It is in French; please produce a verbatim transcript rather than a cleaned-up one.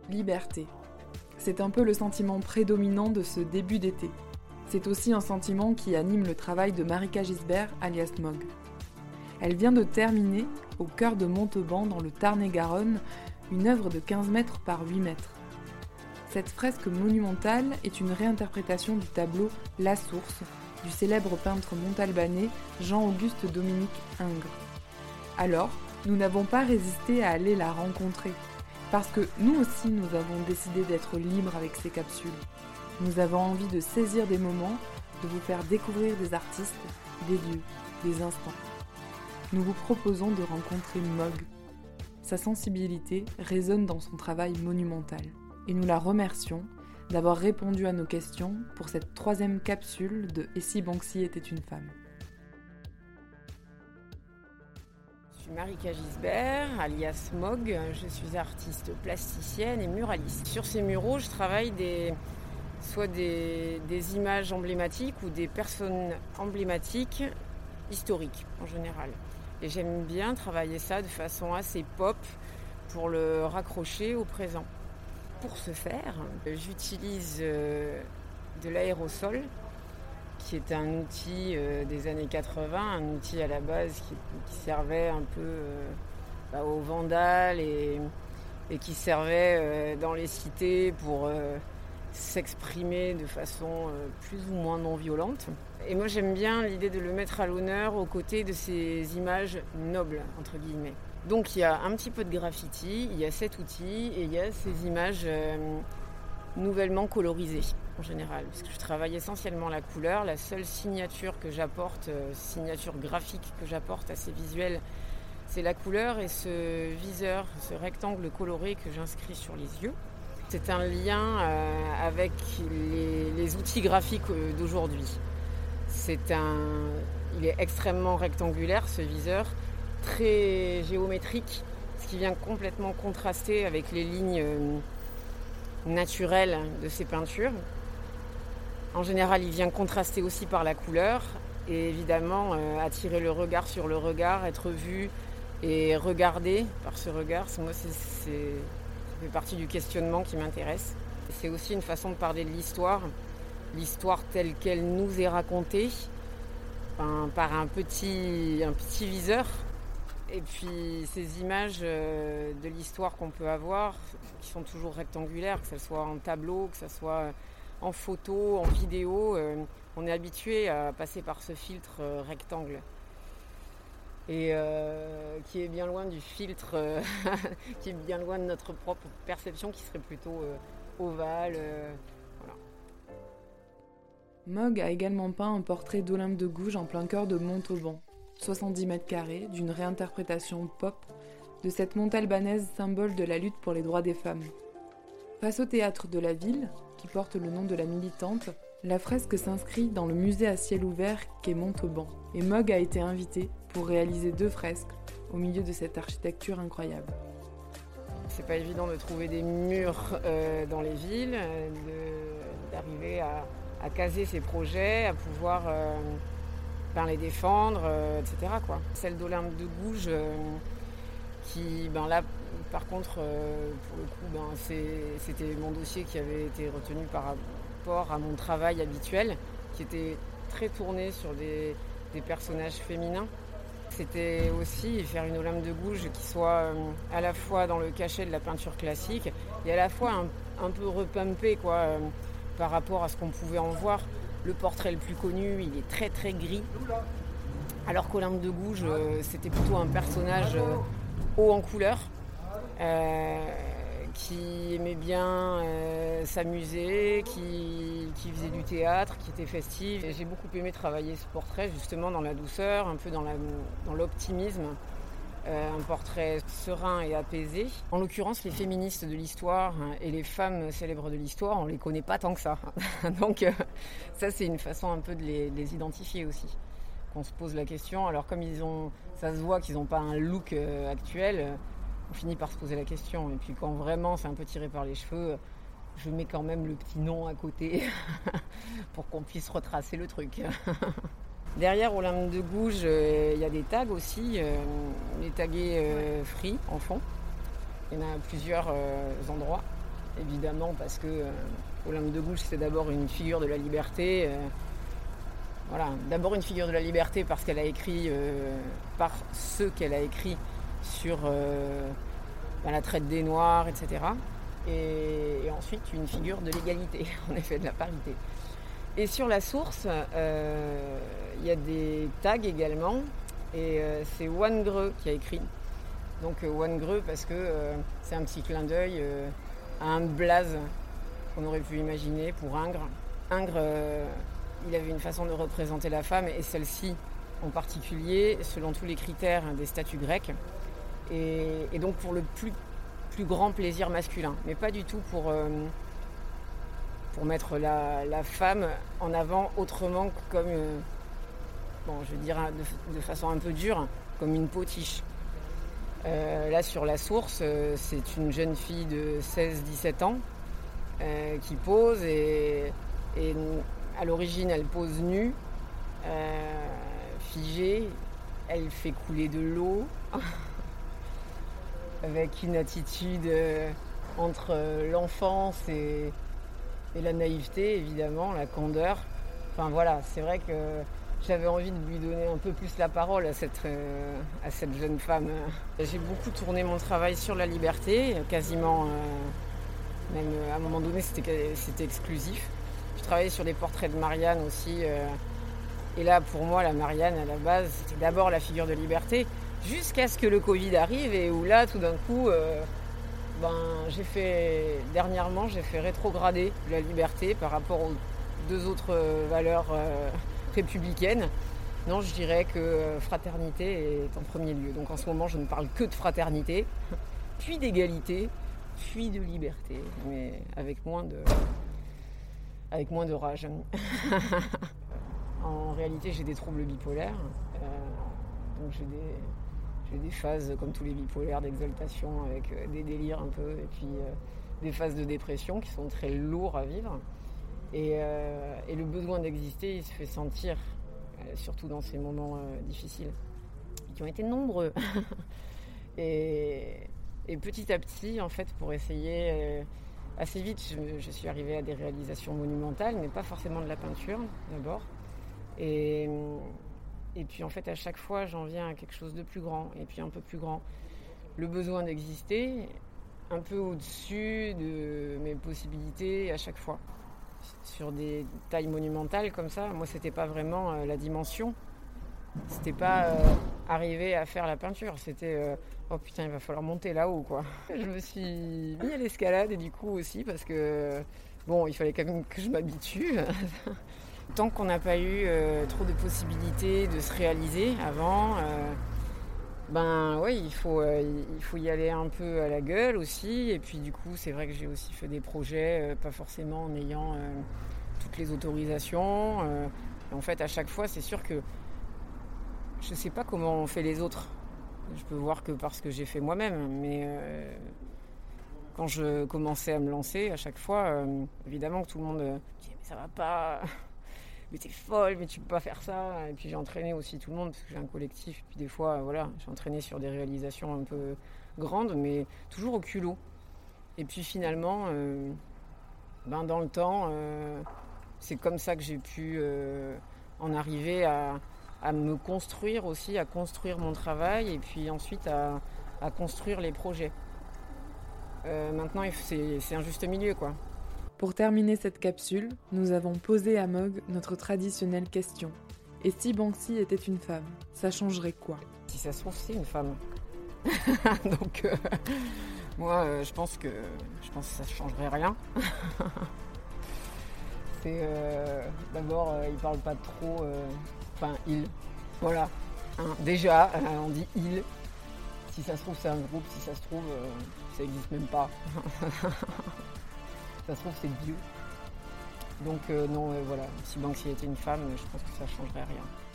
liberté. C'est un peu le sentiment prédominant de ce début d'été. C'est aussi un sentiment qui anime le travail de Marika Gisbert, alias Mog. Elle vient de terminer, au cœur de Montauban, dans le Tarn-et-Garonne, une œuvre de quinze mètres par huit mètres. Cette fresque monumentale est une réinterprétation du tableau La Source, du célèbre peintre montalbanais Jean-Auguste Dominique Ingres. Alors, nous n'avons pas résisté à aller la rencontrer, parce que nous aussi nous avons décidé d'être libres avec ces capsules. Nous avons envie de saisir des moments, de vous faire découvrir des artistes, des lieux, des instants. Nous vous proposons de rencontrer Mog. Sa sensibilité résonne dans son travail monumental. Et nous la remercions d'avoir répondu à nos questions pour cette troisième capsule de « Et si Banksy était une femme ?» Je suis Marika Gisbert, alias Mog. Je suis artiste plasticienne et muraliste. Sur ces muraux, je travaille des, soit des, des images emblématiques ou des personnes emblématiques historiques en général. Et j'aime bien travailler ça de façon assez pop pour le raccrocher au présent. Pour ce faire, j'utilise de l'aérosol, qui est un outil des années quatre-vingts, un outil à la base qui, qui servait un peu bah, aux vandales et, et qui servait dans les cités pour s'exprimer de façon plus ou moins non violente. Et moi j'aime bien l'idée de le mettre à l'honneur aux côtés de ces images nobles, entre guillemets. Donc il y a un petit peu de graffiti, il y a cet outil et il y a ces images euh, nouvellement colorisées en général. Parce que je travaille essentiellement la couleur, la seule signature que j'apporte, euh, signature graphique que j'apporte à ces visuels, c'est la couleur et ce viseur, ce rectangle coloré que j'inscris sur les yeux. C'est un lien euh, avec les, les outils graphiques d'aujourd'hui. C'est un, il est extrêmement rectangulaire ce viseur, très géométrique, ce qui vient complètement contraster avec les lignes naturelles de ces peintures. En général, il vient contraster aussi par la couleur et évidemment euh, attirer le regard sur le regard, être vu et regardé par ce regard. Moi, c'est, c'est, ça fait partie du questionnement qui m'intéresse. C'est aussi une façon de parler de l'histoire, l'histoire telle qu'elle nous est racontée enfin, par un petit, un petit viseur. Et puis ces images de l'histoire qu'on peut avoir, qui sont toujours rectangulaires, que ce soit en tableau, que ce soit en photo, en vidéo, on est habitué à passer par ce filtre rectangle. Et euh, qui est bien loin du filtre, qui est bien loin de notre propre perception, qui serait plutôt ovale. Voilà. Mog a également peint un portrait d'Olympe de Gouges en plein cœur de Montauban. soixante-dix mètres carrés, d'une réinterprétation pop de cette montalbanaise symbole de la lutte pour les droits des femmes. Face au théâtre de la ville, qui porte le nom de la militante, la fresque s'inscrit dans le musée à ciel ouvert qu'est Montauban. Et Mog a été invité pour réaliser deux fresques au milieu de cette architecture incroyable. C'est pas évident de trouver des murs euh, dans les villes, de, d'arriver à, à caser ces projets, à pouvoir... Euh, Ben, les défendre, euh, et cetera quoi. Celle d'Olympe de Gouges, euh, qui, ben là, par contre, euh, pour le coup, ben, c'est, c'était mon dossier qui avait été retenu par rapport à mon travail habituel, qui était très tourné sur des, des personnages féminins. C'était aussi faire une Olympe de Gouges qui soit euh, à la fois dans le cachet de la peinture classique et à la fois un, un peu repumpé quoi, euh, par rapport à ce qu'on pouvait en voir. Le portrait le plus connu, il est très très gris, alors qu'Olympe de Gouges, euh, c'était plutôt un personnage euh, haut en couleur, euh, qui aimait bien euh, s'amuser, qui, qui faisait du théâtre, qui était festif. Et j'ai beaucoup aimé travailler ce portrait justement dans la douceur, un peu dans, la, dans l'optimisme. Euh, un portrait serein et apaisé. En l'occurrence, les féministes de l'histoire et les femmes célèbres de l'histoire, on ne les connaît pas tant que ça. Donc euh, ça, c'est une façon un peu de les, de les identifier aussi. Qu'on se pose la question. Alors comme ils ont, ça se voit qu'ils n'ont pas un look euh, actuel, euh, on finit par se poser la question. Et puis quand vraiment c'est un peu tiré par les cheveux, je mets quand même le petit nom à côté pour qu'on puisse retracer le truc. Derrière Olympe de Gouges, il euh, y a des tags aussi, euh, les tagués euh, free en fond. Il y en a à plusieurs euh, endroits. évidemment, parce que euh, Olympe de Gouges, c'est d'abord une figure de la liberté. Euh, voilà, d'abord une figure de la liberté parce qu'elle a écrit, euh, par ceux qu'elle a écrit sur euh, ben, la traite des Noirs, et cetera. Et, et ensuite une figure de l'égalité, en effet, de la parité. Et sur la source, il euh, y a des tags également, et euh, c'est Wangreux qui a écrit. Donc euh, Wangreux parce que euh, c'est un petit clin d'œil euh, à un blaze qu'on aurait pu imaginer pour Ingres. Ingres, euh, il avait une façon de représenter la femme, et celle-ci en particulier, selon tous les critères des statues grecques, et, et donc pour le plus, plus grand plaisir masculin, mais pas du tout pour... Euh, pour mettre la, la femme en avant autrement que comme, euh, bon, je veux dire de, de façon un peu dure, comme une potiche. Euh, là, sur la source, euh, c'est une jeune fille de seize dix-sept ans euh, qui pose, et, et à l'origine, elle pose nue, euh, figée, elle fait couler de l'eau, avec une attitude euh, entre l'enfance et... Et la naïveté, évidemment, la candeur. Enfin voilà, c'est vrai que j'avais envie de lui donner un peu plus la parole à cette, euh, à cette jeune femme. J'ai beaucoup tourné mon travail sur la liberté, quasiment, euh, même à un moment donné, c'était, c'était exclusif. Je travaillais sur des portraits de Marianne aussi. Euh, et là, pour moi, la Marianne, à la base, c'était d'abord la figure de liberté, jusqu'à ce que le Covid arrive, et où là, tout d'un coup... Euh, Ben, j'ai fait, dernièrement, j'ai fait rétrograder la liberté par rapport aux deux autres valeurs euh, républicaines. Non, je dirais que fraternité est en premier lieu. Donc en ce moment, je ne parle que de fraternité, puis d'égalité, puis de liberté, mais avec moins de, avec moins de rage. En réalité, j'ai des troubles bipolaires, euh, donc j'ai des... J'ai des phases, comme tous les bipolaires, d'exaltation avec euh, des délires un peu, et puis euh, des phases de dépression qui sont très lourds à vivre. Et, euh, et le besoin d'exister, il se fait sentir, euh, surtout dans ces moments euh, difficiles, qui ont été nombreux. et, et petit à petit, en fait, pour essayer, euh, assez vite, je, je suis arrivée à des réalisations monumentales, mais pas forcément de la peinture, d'abord. Et... Et puis en fait, à chaque fois, j'en viens à quelque chose de plus grand, et puis un peu plus grand. Le besoin d'exister, un peu au-dessus de mes possibilités à chaque fois. Sur des tailles monumentales comme ça, moi, c'était pas vraiment euh, la dimension. C'était pas euh, arriver à faire la peinture. C'était, euh, oh putain, il va falloir monter là-haut, quoi. Je me suis mis à l'escalade, et du coup aussi, parce que, bon, il fallait quand même que je m'habitue. Tant qu'on n'a pas eu euh, trop de possibilités de se réaliser avant, euh, ben oui, il faut, euh, il faut y aller un peu à la gueule aussi. Et puis du coup, c'est vrai que j'ai aussi fait des projets, euh, pas forcément en ayant euh, toutes les autorisations. Euh, et en fait, à chaque fois, c'est sûr que je ne sais pas comment on fait les autres. Je peux voir que parce que j'ai fait moi-même. Mais euh, quand je commençais à me lancer, à chaque fois, euh, évidemment que tout le monde euh, dit « mais ça va pas !» mais t'es folle, mais tu peux pas faire ça. Et puis j'ai entraîné aussi tout le monde, parce que j'ai un collectif. Et puis des fois, voilà, j'ai entraîné sur des réalisations un peu grandes, mais toujours au culot. Et puis finalement, euh, ben dans le temps, euh, c'est comme ça que j'ai pu euh, en arriver à, à me construire aussi, à construire mon travail, et puis ensuite à, à construire les projets. Euh, maintenant, c'est, c'est un juste milieu, quoi. Pour terminer cette capsule, nous avons posé à Mog notre traditionnelle question. Et si Banksy était une femme, ça changerait quoi ? Si ça se trouve, c'est une femme. Donc, euh, moi, euh, je pense que je pense que ça ne changerait rien. C'est euh, d'abord, euh, il parle pas trop. Enfin, euh, il. Voilà. Hein, déjà, euh, on dit il. Si ça se trouve, c'est un groupe. Si ça se trouve, euh, ça n'existe même pas. Ça se trouve, c'est vieux. Donc euh, non, euh, voilà, si Banksy était une femme, je pense que ça ne changerait rien.